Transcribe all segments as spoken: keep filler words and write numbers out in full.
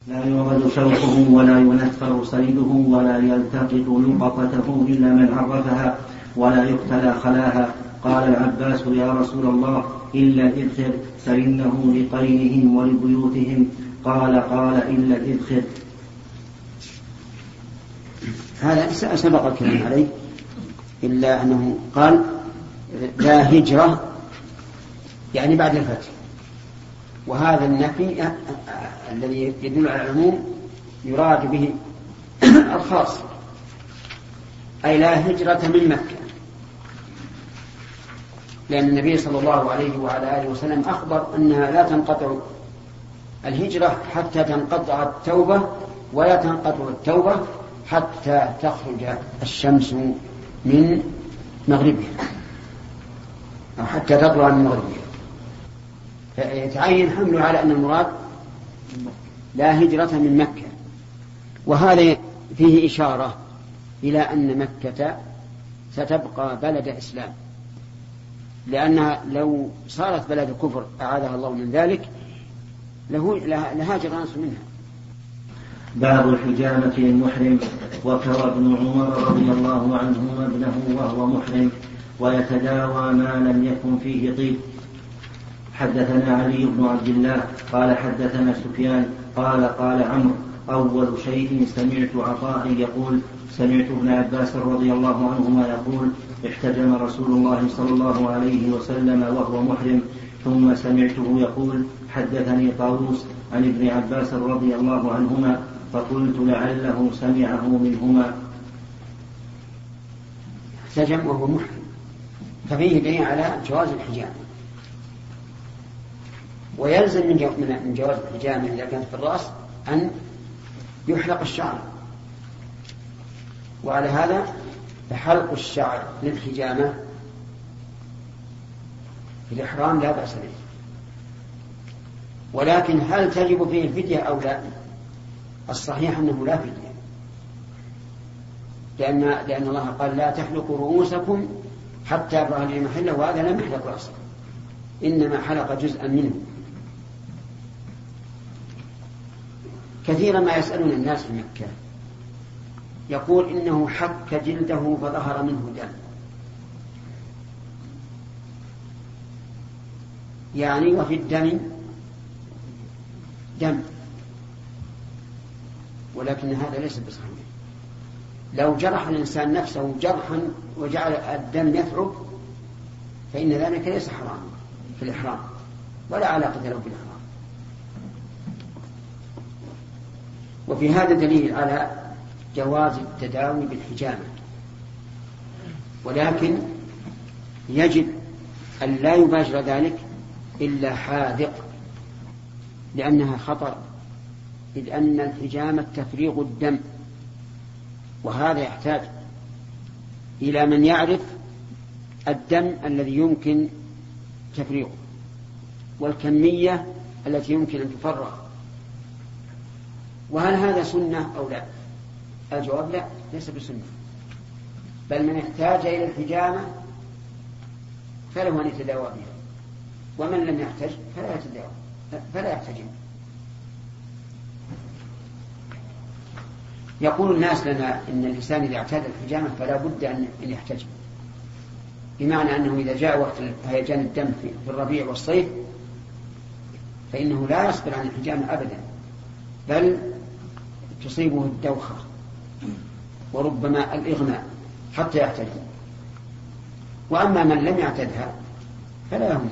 لا يعرض شوكه ولا ينثر صيده ولا يلتقط لقطته إلا من عرفها ولا يقتلى خلاها. قال العباس يا رسول الله إلا الإذخر فإنه لقينهم ولبيوتهم. قال قال إلا الإذخر. هذا سبق الكلام عليه، إلا أنه قال لا هجرة يعني بعد الفتح، وهذا النفي الذي يدل على العموم يراد به الخاص، أي لا هجرة من مكة، لأن النبي صلى الله عليه وعلى آله وسلم أخبر أنها لا تنقطع الهجرة حتى تنقطع التوبة، ولا تنقطع التوبة حتى تخرج الشمس من مغربها أو حتى تطلع من مغربها. فيتعين حمله على أن المراد لا هجرة من مكة، وهذا فيه إشارة إلى أن مكة ستبقى بلد إسلام، لأنها لو صارت بلد كفر أعاذها الله من ذلك لهاجر الناس منها. باب الحجامة للمحرم. وكوى ابن عمر رضي الله عنهما ابنه وهو محرم ويتداوى ما لم يكن فيه طيب. حدثنا علي بن عبد الله قال حدثنا سفيان قال قال عمرو أول شيء سمعت عطاء يقول سمعت ابن عباس رضي الله عنهما يقول احتجم رسول الله صلى الله عليه وسلم وهو محرم. ثم سمعته يقول حدثني طاووس عن ابن عباس رضي الله عنهما فقلت لعله سمعه منهما. احتجم وهو محرم، ففيه دليل على جواز الحجامة، ويلزم من جواز الحجامة إذا كانت في الرأس أن يحلق الشعر، وعلى هذا فحلق الشعر للحجامة في الإحرام لا بأس به. ولكن هل تجب فيه الفدية أو لا؟ الصحيح أنه لا فدية، لأن, لأن الله قال لا تحلقوا رؤوسكم حتى يبلغ العلم محله، وهذا لم يحلق رأسه، إنما حلق جزءا منه. كثيرا ما يسألون الناس في مكة يقول إنه حك جلده فظهر منه دم، يعني وفي الدم دم، ولكن هذا ليس بصحيح. لو جرح الإنسان نفسه جرحا وجعل الدم يثعب فإن ذلك ليس حرام في الإحرام ولا علاقة له بالإحرام. وفي هذا دليل على جواز التداوي بالحجامة، ولكن يجب أن لا يباشر ذلك إلا حاذق، لأنها خطر، إذ أن الحجامة تفريغ الدم، وهذا يحتاج إلى من يعرف الدم الذي يمكن تفريغه والكمية التي يمكن أن تفرغ. وهل هذا سنة أو لا؟ الجواب لا، ليس بسنة، بل من احتاج إلى الحجامة فله أن يتداوى بها، ومن لم يحتج فلا يتداوى فلا يحتجم. يقول الناس لنا إن الإنسان إذا اعتاد الحجامة فلا بد أن يحتجم، بمعنى أنه إذا جاء وقت هيجان الدم في الربيع والصيف فإنه لا يصبر عن الحجامة أبدا، بل تصيبه الدوخة وربما الإغماء حتى يحتجم. وأما من لم يعتدها فلا يهم.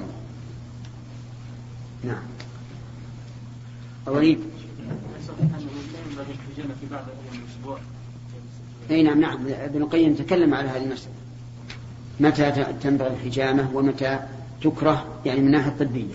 نعم. أوليد. أي نعم نعم ابن القيم تكلم على هذه المسألة، متى تنبغي الحجامة ومتى تكره، يعني من ناحية طبية.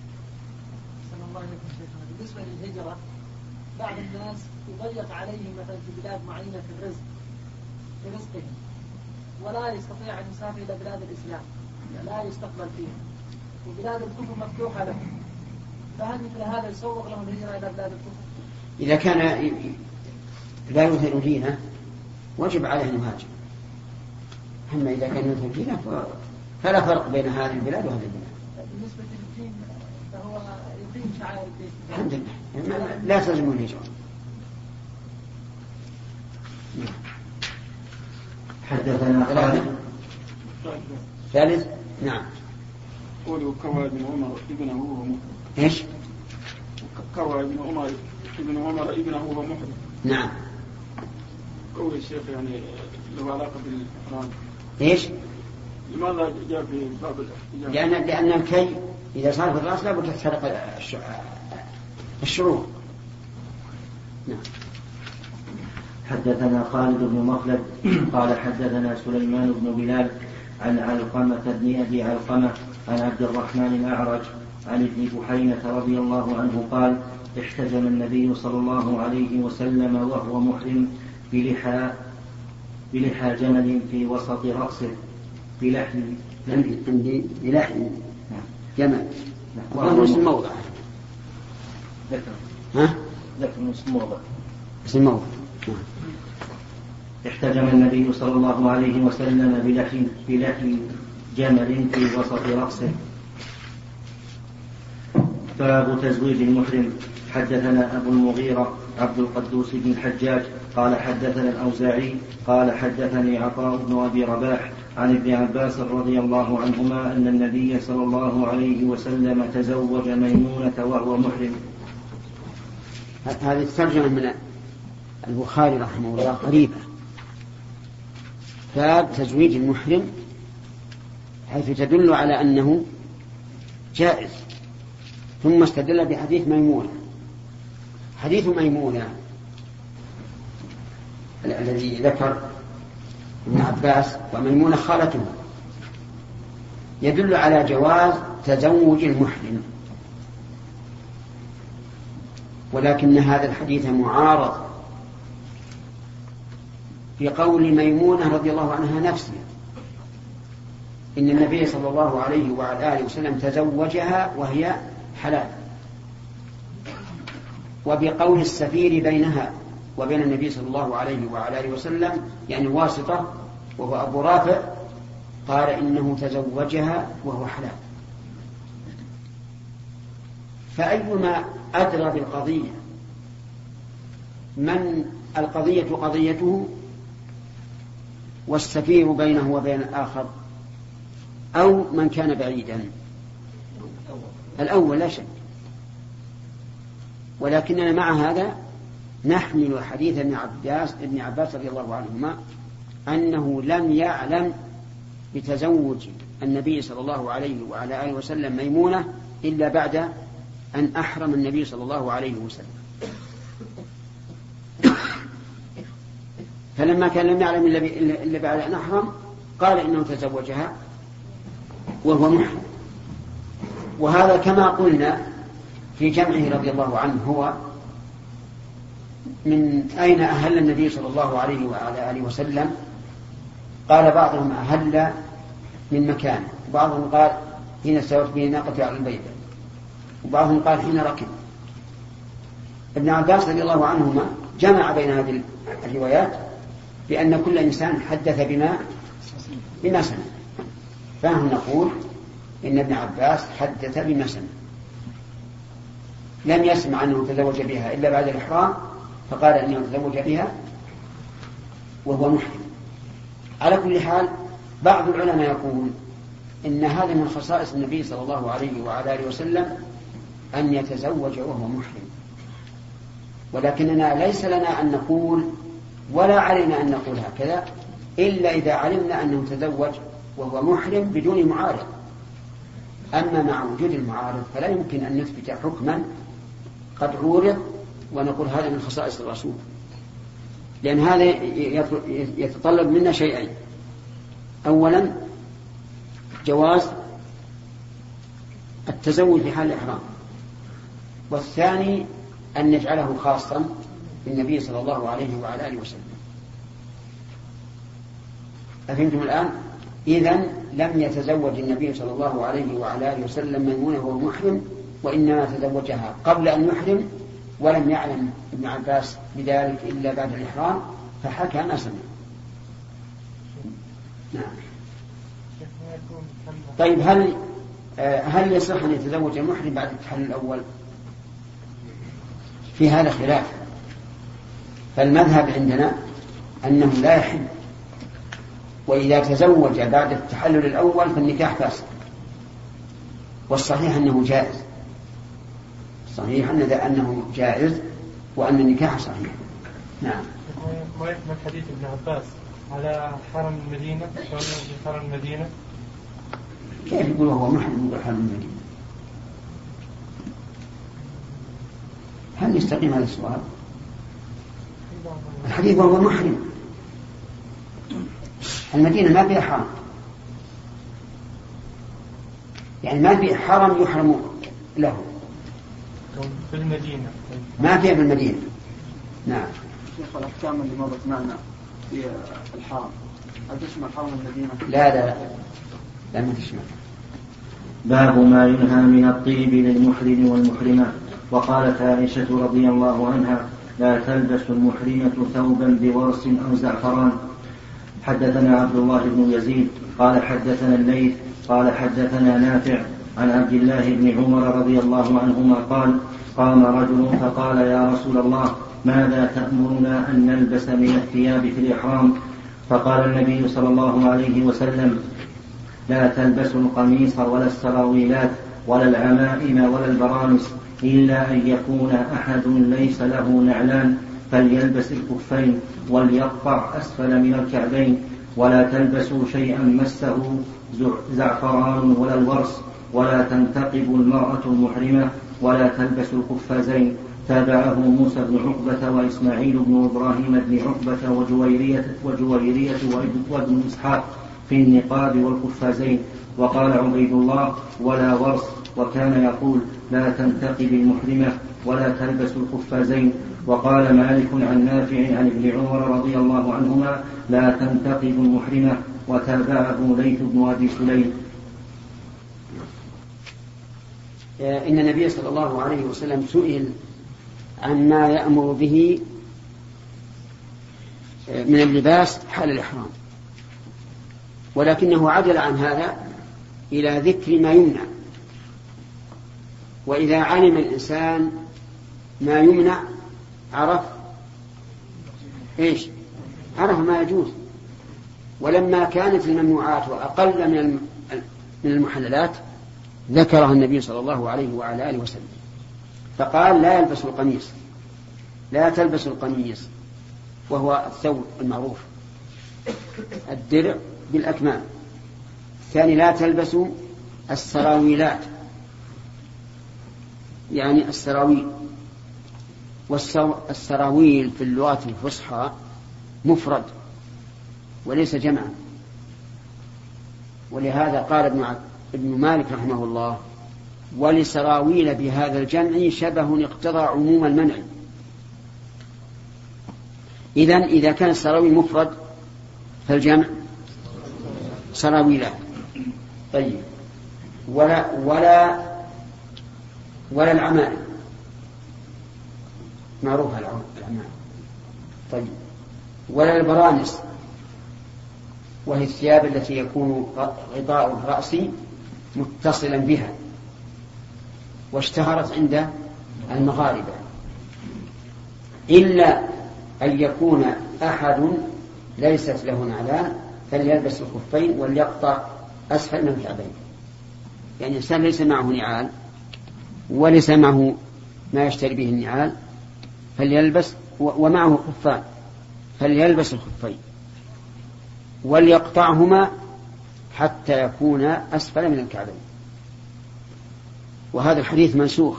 بالنسبة للهجرة بعض الناس يضيق عليهم مثلا في بلاد معينة في الرزق في رزقهم، ولا يستطيع أن يسافر إلى بلاد الإسلام لا يستقبل فيها، وبلاد الكفر مفتوحة له، فهل مثل هذا يسوق لهم الهجرة إلى بلاد الكفر؟ إذا كان لا يظهر دينه وجب عليه أن يهاجر، أما إذا كان يظهر دينه فلا فرق بين هذه البلاد وهذه البلاد. بالنسبة للدين فهو تقديم شعائر الدين. الحمد لله لا تلزم الهجرة. حدثنا خالد ثالث نعم. قولوا كوى بن عمر ابنه وهو محرم. ايش؟ كوى بن عمر ابن عمر ابنه وهو محرم. نعم. قول الشيخ يعني له علاقة بالإحرام. ايش؟ لماذا جاء في باب الاحتجام؟ لأن لأن الكي إذا صار في الرأس لابد تحترق الشعور. نعم. حدثنا خالد بن مخلد قال حدثنا سليمان بن بلال عن علقمة بن أبي علقمة عن عبد الرحمن الأعرج عن ابن بحينة رضي الله عنه قال احتجم النبي صلى الله عليه وسلم وهو محرم بلحى بلحى جمل في وسط رأسه بلحم عندي عندي بلحم جمل وهو اسم موضع. ذكر ها؟ ذكر اسم موضع. اسم موضع. احتجم النبي صلى الله عليه وسلم بلحم بلحم جمل في وسط رأسه. باب تزويج المحرم. حدثنا أبو المغيرة عبد القدوس بن الحجاج قال حدثنا الأوزاعي قال حدثني عطاء بن أبي رباح عن ابن عباس رضي الله عنهما أن النبي صلى الله عليه وسلم تزوج ميمونة وهو محرم. هذه الترجمة من البخاري رحمه الله قريبة. باب تزويج المحرم حيث تدل على أنه جائز، ثم استدل بحديث ميمونة. حديث ميمونة الذي ذكر ابن عباس وميمونة خالته يدل على جواز تزوج المحرم، ولكن هذا الحديث معارض في قول ميمونة رضي الله عنها نفسها إن النبي صلى الله عليه وعلى آله وسلم تزوجها وهي حلال، وبقول السفير بينها وبين النبي صلى الله عليه وعلى آله وسلم يعني واسطة وهو أبو رافع قال إنه تزوجها وهو حلال. فأيما أدرى بالقضية، من القضية قضيته والسفير بينه وبين الآخر أو من كان بعيدا؟ الأول لا شك. ولكننا مع هذا نحمل حديث ابن عباس ابن عباس رضي الله عنهما أنه لم يعلم بتزوج النبي صلى الله عليه وعلى آله وسلم ميمونة إلا بعد أن أحرم النبي صلى الله عليه وسلم. فلما كان لم يعلم إلا بعد أن أحرم قال إنه تزوجها وهو محرم. وهذا كما قلنا في جمعه رضي الله عنه هو من أين أهل النبي صلى الله عليه وعلى آله وسلم. قال بعضهم أهل من مكان، وبعضهم قال حين استوت به ناقة على البيضة، وبعضهم قال حين ركب. ابن عباس رضي الله عنهما جمع بين هذه الروايات بأن كل إنسان حدث بما بما سمع، فنحن نقول إن ابن عباس حدث بما سمع، لم يسمع أنه تزوج بها إلا بعد الإحرام فقال أنه تزوج بها وهو محرم. على كل حال بعض العلماء يقول إن هذا من خصائص النبي صلى الله عليه وعلى آله وسلم أن يتزوج وهو محرم، ولكننا ليس لنا أن نقول ولا علينا أن نقول هكذا إلا إذا علمنا أنه تزوج وهو محرم بدون معارض. أما مع وجود المعارض فلا يمكن أن نثبت حكما قد عورض ونقول هذا من خصائص الرسول، لأن هذا يتطلب منا شيئين: أولا جواز التزوج في حال الإحرام، والثاني أن نجعله خاصا بالنبي صلى الله عليه وعلى آله وسلم. أفهمتم الآن؟ إذن لم يتزوج النبي صلى الله عليه وعلى آله وسلم ميمونة وهو محرم، وإنما تزوجها قبل أن يحرم، ولم يعلم ابن عباس بذلك إلا بعد الإحرام فحكى ما سمع. نعم. طيب هل هل يصح أن يتزوج المحرم بعد التحلل الأول؟ في هذا خلاف، فالمذهب عندنا أنه لا يحل، وإذا تزوج بعد التحلل الأول فالنكاح فاسد، والصحيح أنه جائز، صحيح أنه جائز وأن النكاح صحيح. نعم. ما يحمل حديث ابن عباس على حرم المدينة في حرم المدينة؟ كيف يقول هو محرم يقول حرم المدينة؟ هل يستقيم هذا السؤال؟ الحديث هو محرم، المدينة ما فيها حرم، يعني ما فيها حرم يحرم له في المدينة، ما فيها في المدينة. نعم. شيخ الأحكام اللي مضت معنا في الحرم هل تشمل حرم المدينة؟ لا لا لا, لا ما تشمل. باب ما ينهى من الطيب للمحرم والمحرمات. وقالت عائشة رضي الله عنها: لا تلبس المحرمة ثوبا بورس أو زعفران. حدثنا عبد الله بن يزيد قال حدثنا الليث قال حدثنا نافع عن عبد الله بن عمر رضي الله عنهما قال: قام رجل فقال: يا رسول الله، ماذا تأمرنا أن نلبس من الثياب في الإحرام؟ فقال النبي صلى الله عليه وسلم: لا تلبسوا القميص ولا السراويلات ولا العمائم ولا البرانس، إلا أن يكون أحد ليس له نعلان فليلبس الكفين وليقطع أسفل من الكعبين، ولا تلبسوا شيئا مسه زعفران ولا الورس، ولا تنتقب المرأة المحرمة، ولا تلبس القفازين. تابعه موسى بن عقبة وإسماعيل بن إبراهيم بن عقبة وجويرية, وجويرية وابن إسحاق في النقاب والقفازين. وقال عبيد الله: ولا ورس. وكان يقول: لا تنتقب المحرمة ولا تلبس القفازين. وقال مالك عن نافع عن ابن عمر رضي الله عنهما: لا تنتقب المحرمة. وتابعه ليث بن أبي سليم. إن النبي صلى الله عليه وسلم سئل عما يأمر به من اللباس حال الإحرام، ولكنه عدل عن هذا إلى ذكر ما يمنع. وإذا علم الإنسان ما يمنع عرف إيش؟ عرف ما يجوز. ولما كانت الممنوعات وأقل من المحللات ذكرها النبي صلى الله عليه وعلى آله وسلم، فقال: لا يلبس القميص، لا تلبس القميص، وهو الثوب المعروف الدرع بالأكمام. الثاني: لا تلبسوا السراويلات، يعني السراويل. والسراويل في اللغة الفصحى مفرد وليس جمعا، ولهذا قال ابن ابن مالك رحمه الله: ولسراويل بهذا الجمع شبه اقتضى عموم المنع. إذن إذا كان السراويل مفرد فالجمع سراويلات. طيب. ولا ولا ولا العمائم، معروفة العمائم. طيب. ولا البرانس، وهي الثياب التي يكون غطاء الرأس متصلا بها، واشتهرت عند المغاربة، إلا أن يكون أحد ليست له نعلان فليلبس الخفين وليقطع أسفل من الكعبين. يعني إنسان ليس معه نعال وليس معه ما يشتري به النعال فليلبس، ومعه خفان فليلبس الخفين وليقطعهما حتى يكون أسفل من الكعبين. وهذا الحديث منسوخ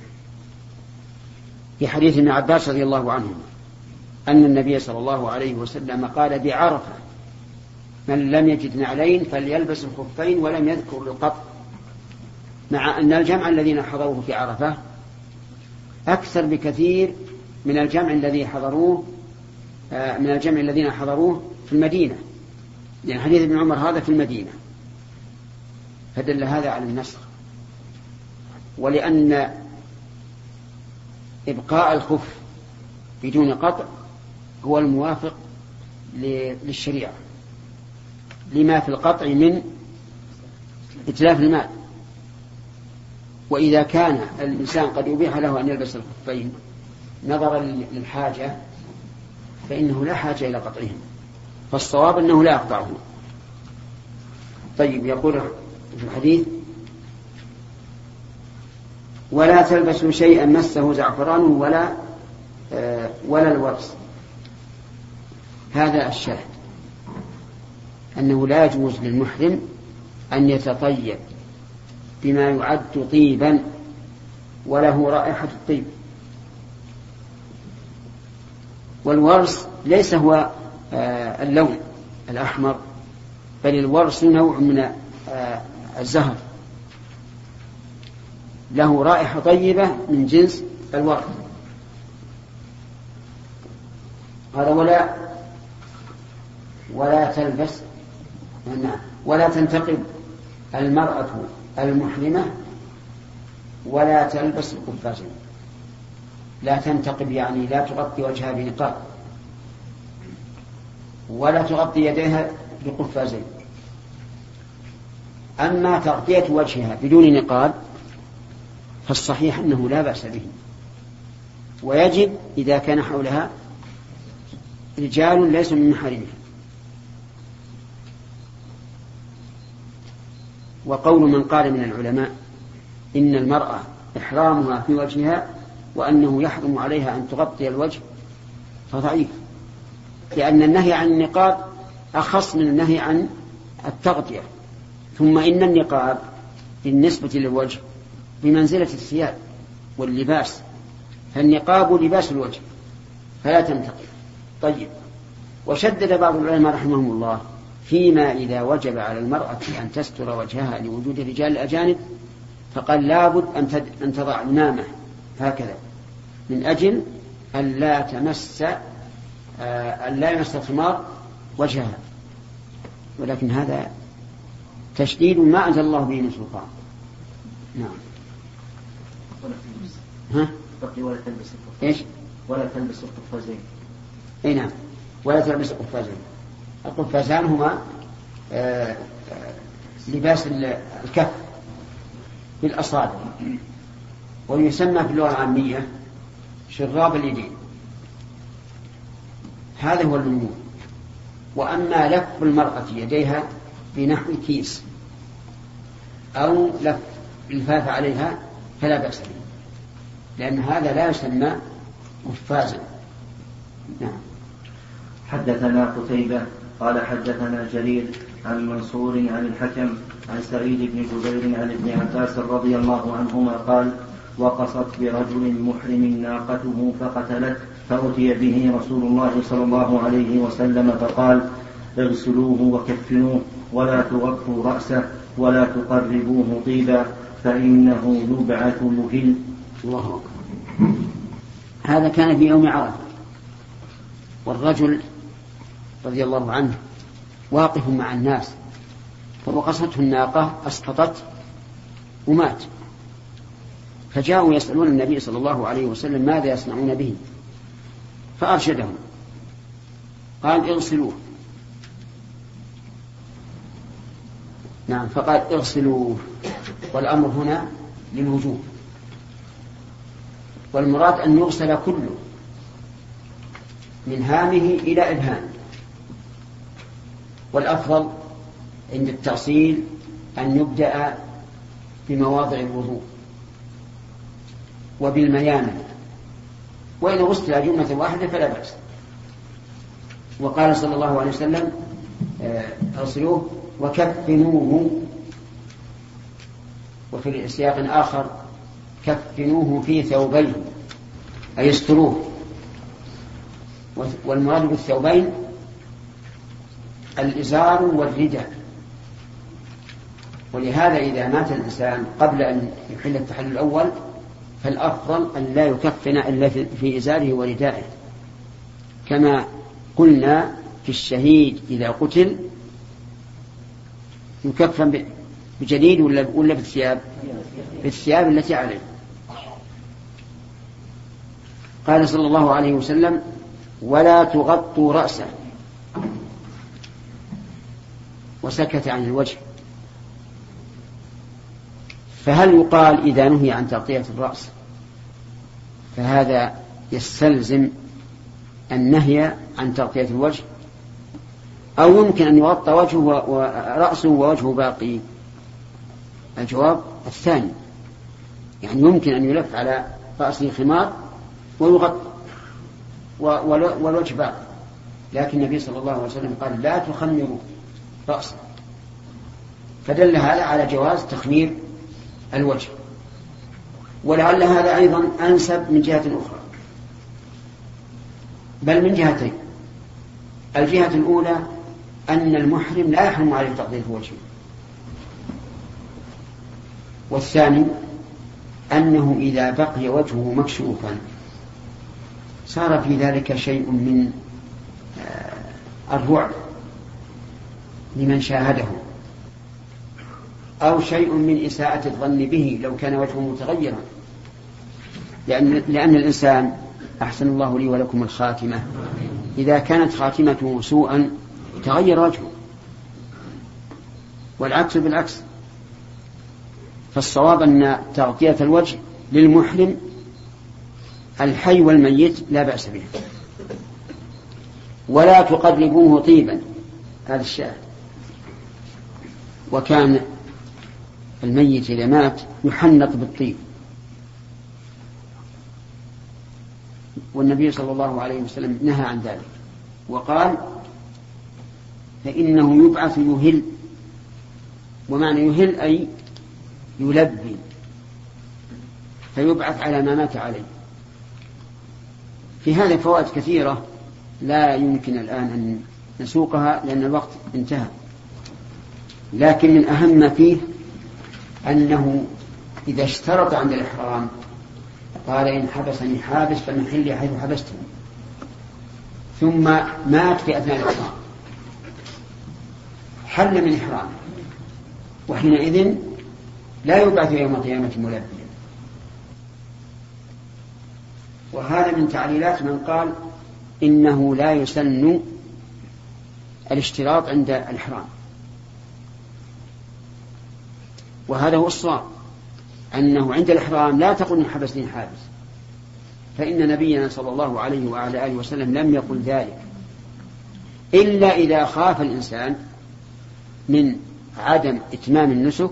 في حديث ابن عباس رضي الله عنهما أن النبي صلى الله عليه وسلم قال بعرفة: من لم يجد نعلين فليلبس الخفين، ولم يذكر القطع، مع أن الجمع الذين حضروه في عرفة أكثر بكثير من الجمع الذي حضروه من الجمع الذين حضروه في المدينة، لأن حديث ابن عمر هذا في المدينة، فدل هذا على النسخ. ولأن إبقاء الخف بدون قطع هو الموافق للشريعة لما في القطع من إتلاف المال. وإذا كان الإنسان قد يبيح له أن يلبس الخفين نظرا للحاجة فإنه لا حاجة إلى قطعهم، فالصواب أنه لا يقطعه. طيب، يقول في الحديث: ولا تلبسوا شيئا مسه زعفران ولا آه ولا الورس. هذا الشاهد أنه لا يجوز للمحرم أن يتطيب بما يعد طيبا وله رائحة الطيب. والورس ليس هو آه اللون الأحمر، بل الورس نوع من آه الزهر له رائحة طيبة من جنس الورد. هذا ولا ولا تلبس ولا تنتقب المرأة المحرمة ولا تلبس القفازين. لا تنتقب يعني لا تغطي وجهها بنقاب، ولا تغطي يديها بقفازين. أما تغطية وجهها بدون نقاب فالصحيح أنه لا بأس به، ويجب إذا كان حولها رجال ليسوا من محارمها. وقول من قال من العلماء إن المرأة إحرامها في وجهها وأنه يحرم عليها أن تغطي الوجه فضعيف، لأن النهي عن النقاب أخص من النهي عن التغطية. ثم إن النقاب بالنسبة للوجه بمنزلة الثياب واللباس، فالنقاب لباس الوجه فلا تنتقب. طيب، وشدد بعض العلماء رحمهم الله فيما إذا وجب على المرأة أن تستر وجهها لوجود الرجال الأجانب، فقال لابد أن تضع المامة هكذا من أجل أن لا تمس أن لا يمس الخمار وجهها. ولكن هذا تشديد ما أنزل الله به من سلطان. نعم. ها؟ ولا تلبس إيش؟ ولا تلبس القفازين. أي نعم، ولا تلبس القفازين. القفازان هما آه آه لباس الكف بالأصابع، ويسمى في اللغة العامية شراب اليدين. هذا هو الممنوع. وأما لف المرأة يديها بنحو كيس أو لف الفاف عليها فلا بأس به، لأن هذا لا يسمى قفازا. نعم. حدثنا قتيبة قال حدثنا جرير عن منصور عن الحكم عن سعيد بن جبير عن ابن عباس رضي الله عنهما قال: وقصت برجل محرم ناقته فقتلت، فأتي به رسول الله صلى الله عليه وسلم فقال: اغسلوه وكفنوه ولا تغطوا رأسه ولا تقربوه طيبا فإنه يبعث مهل. الله أكبر. هذا كان في يوم عرفة، والرجل رضي الله عنه واقف مع الناس، فوقصته الناقة أسقطت ومات، فجاءوا يسألون النبي صلى الله عليه وسلم ماذا يصنعون به، فأرشدهم قال: اغسلوه. نعم، فقال: اغسلوه، والأمر هنا للوجوب، والمراد أن يغسل كله من هامه إلى إبهامه. والأفضل عند التغسيل أن يبدأ بمواضع الوضوء وبالميامن، وإن غسل جملة واحدة فلا بأس. وقال صلى الله عليه وسلم: اغسلوه وكفنوه. وفي سياق آخر: كفنوه في ثوبين، أي استروه. والمراد بالثوبين الإزار والرداء. ولهذا إذا مات الإنسان قبل أن يحل التحلل الأول فالأفضل أن لا يكفن إلا في إزاره وردائه، كما قلنا في الشهيد إذا قتل يكفن بجديد ولا بالثياب بالثياب التي عليه. قال صلى الله عليه وسلم: ولا تغطوا رأسه، وسكت عن الوجه. فهل يقال إذا نهي عن تغطية الرأس فهذا يستلزم النهي عن تغطية الوجه، أو يمكن أن يغطى وجهه ورأسه ووجهه باقي؟ الجواب الثاني، يعني يمكن أن يلف على رأسه خمار ويغطى والوجه باقي، لكن النبي صلى الله عليه وسلم قال لا تخمروا رأسه، فدل هذا على جواز تخمير الوجه. ولعل هذا أيضا أنسب من جهة أخرى، بل من جهتين. الجهة الأولى أن المحرم لا يحرم عليه تغطية وجهه، والثاني أنه إذا بقي وجهه مكشوفا صار في ذلك شيء من الرعب لمن شاهده، أو شيء من إساءة الظن به لو كان وجهه متغيرا، لأن, لأن الإنسان أحسن الله لي ولكم الخاتمة، إذا كانت خاتمته سوءا تغير وجهه، والعكس بالعكس. فالصواب أن تغطية الوجه للمحرم الحي والميت لا بأس به، ولا تقربوه طيبا، هذا الشاهد. وكان الميت إذا مات يحنط بالطيب، والنبي صلى الله عليه وسلم نهى عن ذلك وقال فإنه يبعث يهل، ومعنى يهل أي يلبي، فيبعث على ما مات عليه. في هذا فوائد كثيرة لا يمكن الآن أن نسوقها لأن الوقت انتهى، لكن من أهم ما فيه أنه إذا اشترط عند الإحرام قال إن حبسني حابس فمحلي حيث حبستني، ثم مات في أثناء الإحرام حل من إحرام، وحينئذ لا يبعث يوم القيامة ملبيا. وهذا من تعليلات من قال إنه لا يسن الاشتراط عند الإحرام، وهذا هو الصواب، أنه عند الإحرام لا تقل حبسني حابس، فإن نبينا صلى الله عليه وعلى آله وسلم لم يقل ذلك إلا إذا خاف الإنسان من عدم إتمام النسك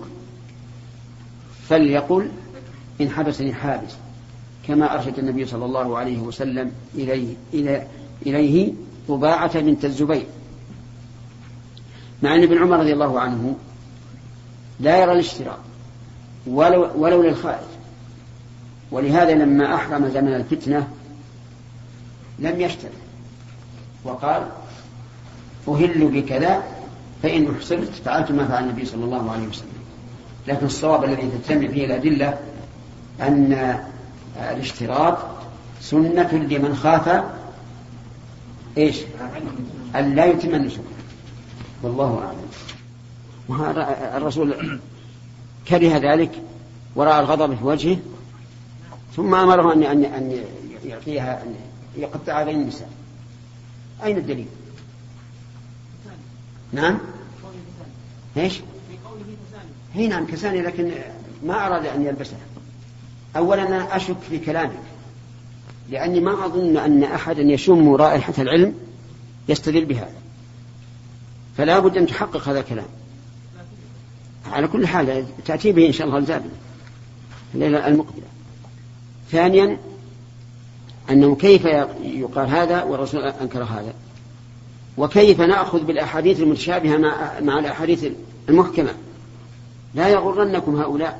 فليقل إن حبسني حابس، كما أرشد النبي صلى الله عليه وسلم إليه, إليه, إليه طباعة بنت الزبير، مع أن ابن عمر رضي الله عنه لا يرى الاشتراط ولو, ولو للخائف، ولهذا لما أحرم زمن الفتنة لم يشترط وقال أهل بكذا فإن أحصرت فعلت ما فعل النبي صلى الله عليه وسلم. لكن الصواب الذي تتم فيه الأدلة أن الاشتراط سنة لمن خاف إيش أن لا يتم النسك، والله أعلم. الرسول كره ذلك ورأى الغضب في وجهه ثم أمره أن أن أن يعطيها أن يقطع بين النساء. أين الدليل؟ نعم إيش؟ هي نعم كساني، لكن ما أراد أن يلبسها. أولا أنا أشك في كلامك، لأني ما أظن أن أحدا يشم رائحة العلم يستدل بهذا، فلا بد أن تحقق هذا الكلام. على كل حال تأتي به إن شاء الله الزابل الليلة المقبلة. ثانيا أنه كيف يقال هذا والرسول أنكر هذا، وكيف نأخذ بالأحاديث المتشابهة مع, مع الأحاديث المحكمة. لا يغرنكم هؤلاء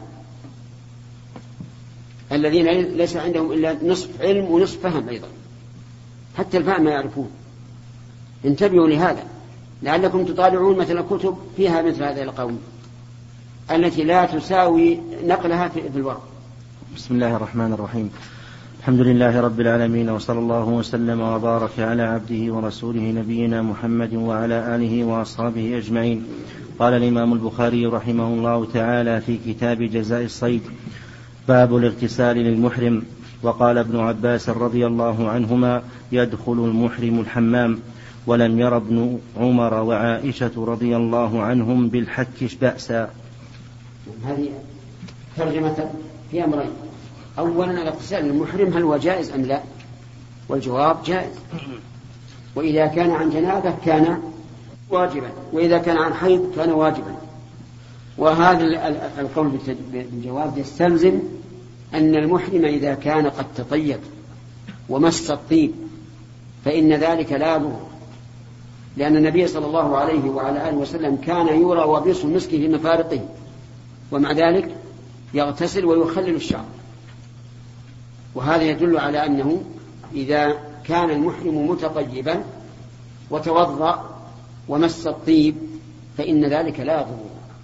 الذين ليس عندهم إلا نصف علم ونصف فهم، أيضا حتى الفهم ما يعرفون. انتبهوا لهذا لعلكم تطالعون مثل كتب فيها مثل هذا القول التي لا تساوي نقلها في الورق. بسم الله الرحمن الرحيم. الحمد لله رب العالمين، وصلى الله وسلم وبارك على عبده ورسوله نبينا محمد وعلى آله وأصحابه أجمعين. قال الإمام البخاري رحمه الله تعالى في كتاب جزاء الصيد: باب الاغتسال للمحرم. وقال ابن عباس رضي الله عنهما: يدخل المحرم الحمام. ولم ير ابن عمر وعائشة رضي الله عنهم بالحك بأسا. هذه ترجمة في أمرين: أولا الاغتسال للمحرم هل هو جائز أم لا؟ والجواب جائز. وإذا كان عن جنابة كان واجبا، وإذا كان عن حيض كان واجبا. وهذا القول بالجواب يستلزم أن المحرم إذا كان قد تطيب ومس الطيب فإن ذلك لا يضر، لأن النبي صلى الله عليه وعلى آله وسلم كان يرى وبيص المسك في مفارقه، ومع ذلك يغتسل ويخلل الشعر. وهذا يدل على أنه إذا كان المحرم متطيبا وتوضأ ومس الطيب فإن ذلك لا يضر،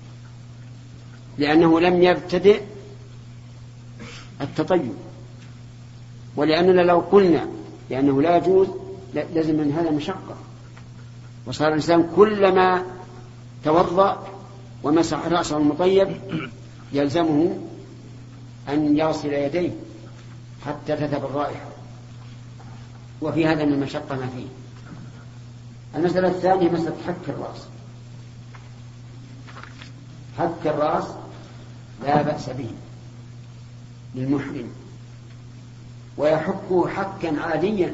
لأنه لم يبتدئ التطيب. ولأننا لو قلنا لأنه لا يجوز لازم من هذا مشقة، وصار الإنسان كلما توضأ ومسح رأسه المطيب يلزمه أن يغسل يديه حتى تذهب الرائحة، وفي هذا من المشقة ما فيه. المسألة الثانية مسألة حك الرأس. حك الرأس لا بأس به للمحرم، ويحكه حكا عاديا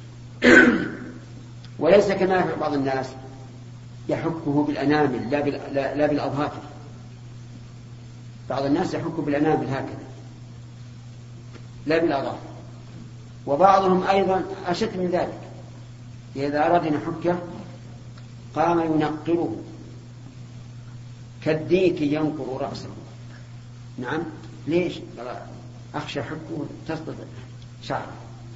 وليس كما يفعل بعض الناس يحكه بالأنامل لا, بال... لا بالأظافر. بعض الناس يحكه بالأنامل هكذا لا بالأظافر، وبعضهم أيضا أشد من ذلك، إذا أراد أن يحكه قام ينقره كالديك ينقر رأسه. نعم، ليش؟ أخشى حكه تسقط شعره،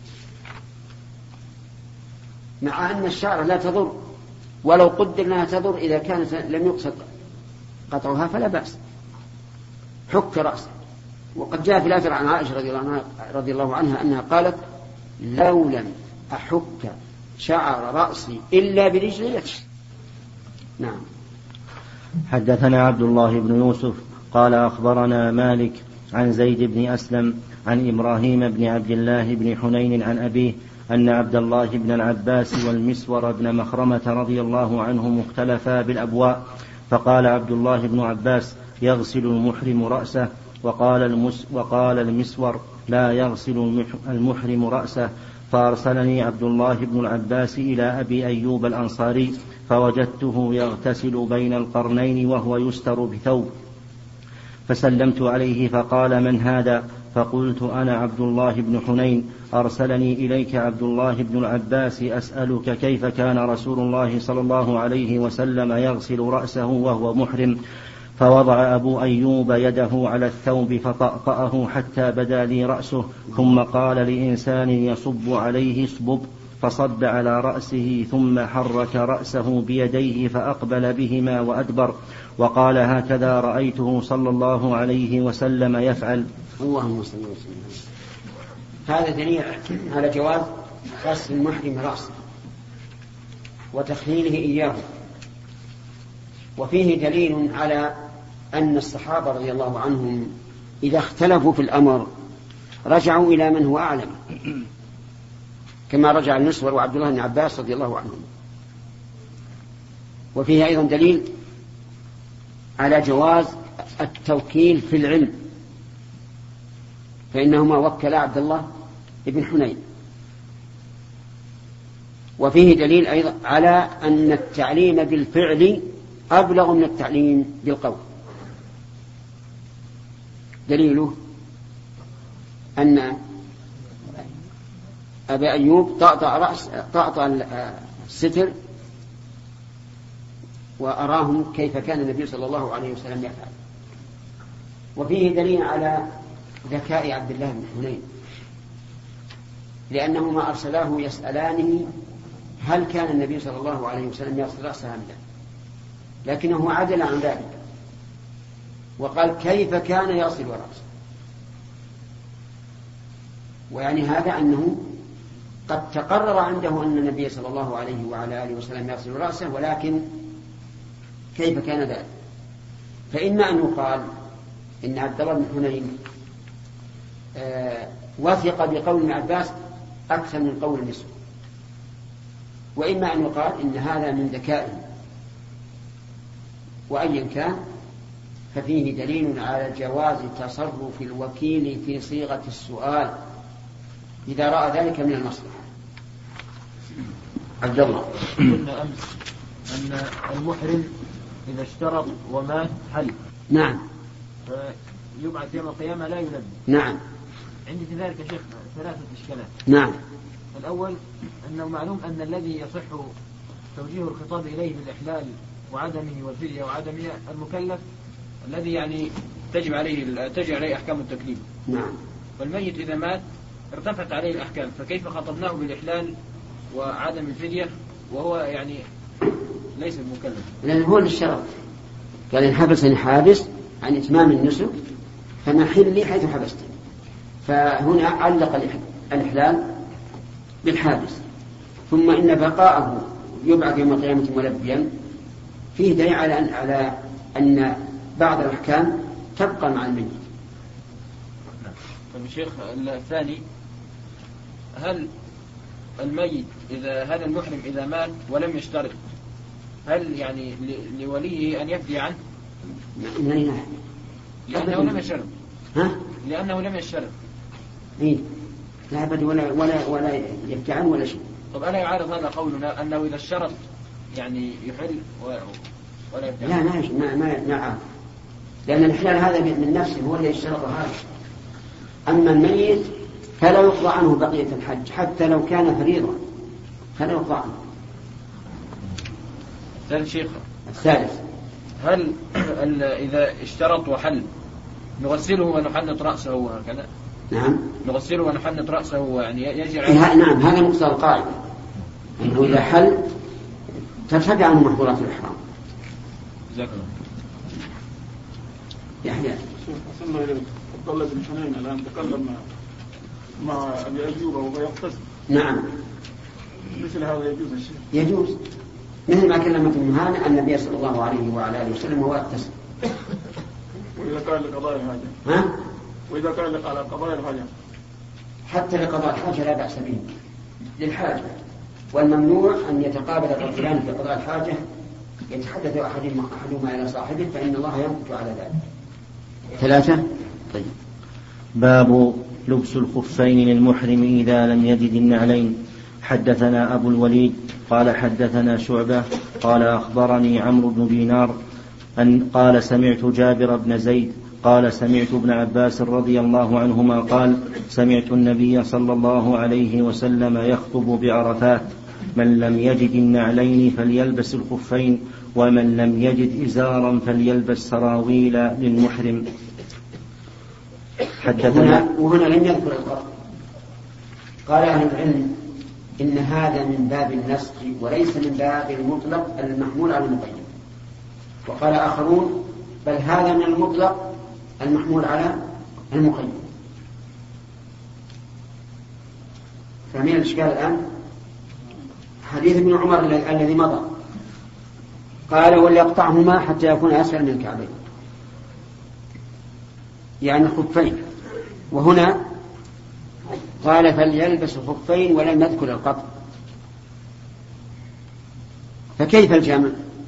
مع أن الشعر لا تضر، ولو قدر أنها تضر إذا كانت لم يقصد قطعها فلا بأس. حك رأسه. وقد جاء في الأثر عن عائشة رضي الله عنها, رضي الله عنها أنها قالت: لو لم أحك شعر رأسي إلا برجلي. نعم. حدثنا عبد الله بن يوسف قال أخبرنا مالك عن زيد بن أسلم عن إبراهيم بن عبد الله بن حنين عن أبيه أن عبد الله بن العباس والمسور بن مخرمة رضي الله عنهم اختلفا بالأبواء، فقال عبد الله بن عباس: يغسل المحرم رأسه، وقال, المس وقال المسور: لا يغسل المحرم رأسه. فأرسلني عبد الله بن العباس إلى أبي أيوب الأنصاري فوجدته يغتسل بين القرنين وهو يستر بثوب، فسلمت عليه فقال: من هذا؟ فقلت: أنا عبد الله بن حنين، أرسلني إليك عبد الله بن العباس أسألك كيف كان رسول الله صلى الله عليه وسلم يغسل رأسه وهو محرم. فوضع أبو أيوب يده على الثوب فطأطأه حتى بدا لي رأسه، ثم قال لإنسان يصب عليه: اصبب، فصب على رأسه ثم حرك رأسه بيديه فأقبل بهما وأدبر، وقال: هكذا رأيته صلى الله عليه وسلم يفعل. اللهم صل وسلم. هذا دليل على جواز غسل المحرم رأسه وتخليله إياه، وفيه دليل على أن الصحابة رضي الله عنهم إذا اختلفوا في الأمر رجعوا إلى من هو أعلم، كما رجع المسور وعبد الله بن عباس رضي الله عنهم. وفيه أيضا دليل على جواز التوكيل في العلم، فإنهما وكلا عبد الله بن حنين. وفيه دليل أيضا على أن التعليم بالفعل أبلغ من التعليم بالقول. دليله أن أبا أيوب طأطأ رأس طأطأ الستر وأراهم كيف كان النبي صلى الله عليه وسلم يفعل. وفيه دليل على ذكاء عبد الله بن حنين، لأنهما أرسلاه يسألانه هل كان النبي صلى الله عليه وسلم يغسل رأسه أم لا، لكنه عدل عن ذلك وقال: كيف كان يغسل رأسه؟ ويعني هذا أنه قد تقرر عنده أن النبي صلى الله عليه وعلى آله وسلم يغسل رأسه، ولكن كيف كان ذلك؟ فإما أن يقال إن عبد الله بن حنين آه وثق بقول ابن عباس أكثر من قول المسور، وإما أن يقال إن هذا من ذكائه. وأيا كان ففيه دليل على جواز تصرف الوكيل في صيغة السؤال إذا رأى ذلك من المصلحة. عبد الله. قلنا أمس أن المحرم إذا اشترط ومات حل. نعم. فيبعث يوم القيامة لا يلبي. نعم. عندي في ذلك يا شيخ ثلاثة إشكالات. نعم. الأول أنه معلوم أن الذي يصح توجيه الخطاب إليه بالإحلال وعدمه والفدية وعدمه المكلف الذي يعني تجب عليه تجب عليه أحكام التكليف. نعم. والميت إذا مات ارتفعت عليه الأحكام، فكيف خطبناه بالإحلال وعدم الفدية وهو يعني ليس المكلف؟ لأن هو الشرط قال إن حبسني حابس عن إتمام النسك فمحلي حيث حبستني، فهنا علق الإحلال بالحابس. ثم إن بقاءه يبعث يوم القيامة ملبيا فيه دليل على أن, على أن بعض الأحكام تبقى مع الميت. طيب الشيخ الثاني، هل الميت إذا هذا المحرم إذا مات ولم يشترط هل يعني لوليه أن يفدي عنه؟ نعم. لأنه لم يشترط. ها؟ لأنه لم يشترط. إيه؟ لا أبدا ولا ولا ولا يفدي عنه ولا شيء. طب ألا يعارض هذا قولنا أنه إذا اشترط يعني يحل ولا يفدي عنه؟ لا ما ما ما عارض، لأن الإحلال هذا من نفسه هو اللي اشترط هذا. أما الميت فلا يقضى عنه بقية الحج حتى لو كان فريضا، فلا يقضى عنه. ثالث شيخ. الثالث، هل إذا اشترط وحل نغسله ونحنط رأسه وهكذا؟ نعم. نغسله ونحنط رأسه يعني يجري عليه. نعم، هذا مقتضى القاعدة أنه إذا حل ترتفع عنه محظورات الإحرام. جزاك الله. يحيى. وصلنا إلى عبد الله بن حنين الآن تكلم مع أبي أيوب وهو يغتسل. نعم. مثل هذا يجوز الشيء؟ يجوز، مثل ما كلمت المهانة النبي صلى الله عليه وعلى آله وسلم وهو يغتسل. وإذا كان لقضاء الحاجة؟ ها؟ وإذا كان على قضاء الحاجة؟ حتى لقضاء الحاجة لا بأس به للحاجة، والممنوع أن يتقابل الرجلان في قضاء الحاجة يتحدث أحدهما أحدهما إلى صاحبه فإن الله ينقض على ذلك. ثلاثة. طيب. باب لبس الخفين للمحرم إذا لم يجد النعلين. حدثنا أبو الوليد قال حدثنا شعبة قال أخبرني عمرو بن دينار أن قال سمعت جابر بن زيد قال سمعت ابن عباس رضي الله عنهما قال سمعت النبي صلى الله عليه وسلم يخطب بعرفات من لم يجد النعلين فليلبس الخفين ومن لم يجد إزارا فليلبس سراويل للمحرم. حدثنا وهنا لم يذكر القرآن. قال أهل العلم إن هذا من باب النسخ وليس من باب المطلق المحمول على المقيد. وقال آخرون بل هذا من المطلق المحمول على المقيد. فمن الإشكال الآن حديث ابن عمر الذي مضى قال وليقطعهما حتى يكون أسفل من الكعبين، يعني خفين، وهنا قال فليلبس خفين ولم يذكر القطع، فكيف الجمع؟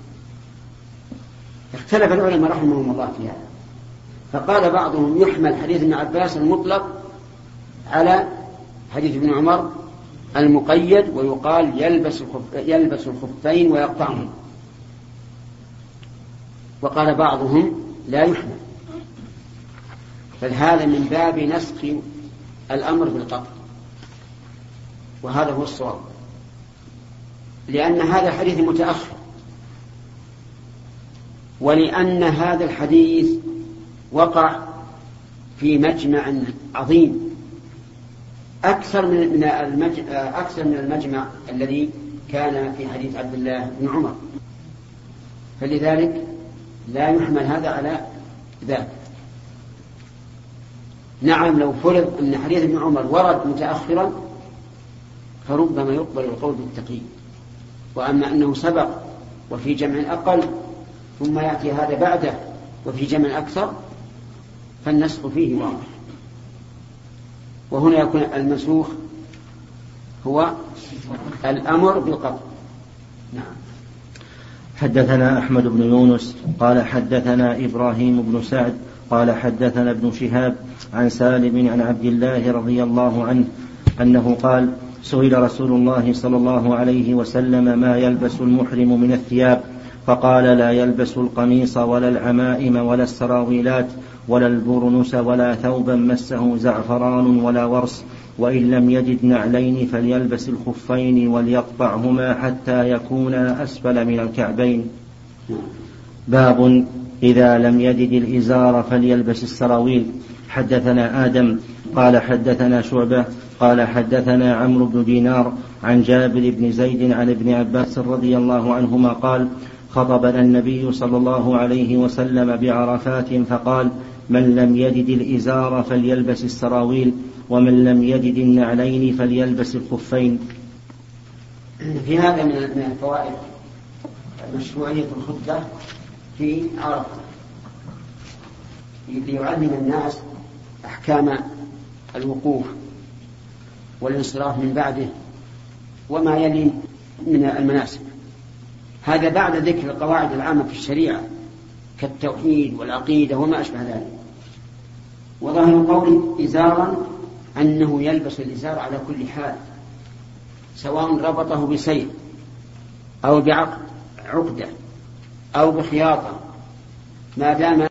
اختلف العلماء رحمهم الله في هذا، فقال بعضهم يحمل حديث ابن عباس المطلق على حديث ابن عمر المقيد ويقال يلبس يلبس الخفين ويقطعهم، وقال بعضهم لا يحمل، فهذا من باب نسخ الأمر بالقطع، وهذا هو الصواب، لأن هذا الحديث متأخر، ولأن هذا الحديث وقع في مجمع عظيم أكثر من المجمع, أكثر من المجمع الذي كان في حديث عبد الله بن عمر، فلذلك لا يحمل هذا على ذاك. نعم لو فرض أن حديث ابن عمر ورد متأخرا فربما يقبل القول بالتقييد، وأما أنه سبق وفي جمع أقل ثم يأتي هذا بعده وفي جمع أكثر فالنسخ فيه واضح، وهنا يكون المنسوخ هو الأمر بالقطع. نعم. حدثنا أحمد بن يونس قال حدثنا إبراهيم بن سعد قال حدثنا ابن شهاب عن سالم عن عبد الله رضي الله عنه أنه قال سئل رسول الله صلى الله عليه وسلم ما يلبس المحرم من الثياب، فقال لا يلبس القميص ولا العمائم ولا السراويلات ولا البرنس ولا ثوبا مسه زعفران ولا ورس، وإن لم يجد نعلين فليلبس الخفين وليقطعهما حتى يكونا أسفل من الكعبين. باب إذا لم يجد الإزار فليلبس السراويل. حدثنا آدم قال حدثنا شعبة قال حدثنا عمرو بن دينار عن جابر بن زيد عن ابن عباس رضي الله عنهما قال خطبنا النبي صلى الله عليه وسلم بعرفات فقال من لم يجد الإزار فليلبس السراويل ومن لم يجد النعلين فليلبس الخفين. في هذا من الفوائد مشروعية الخطبة في عرفة ليعلم الناس أحكام الوقوف والانصراف من بعده وما يلي من المناسك. هذا بعد ذكر القواعد العامة في الشريعة كالتوحيد والعقيدة وما أشبه ذلك. وظاهر قول إزارا أنه يلبس الإزار على كل حال سواء ربطه بسيف أو بعقدة أو بخياطة ما دام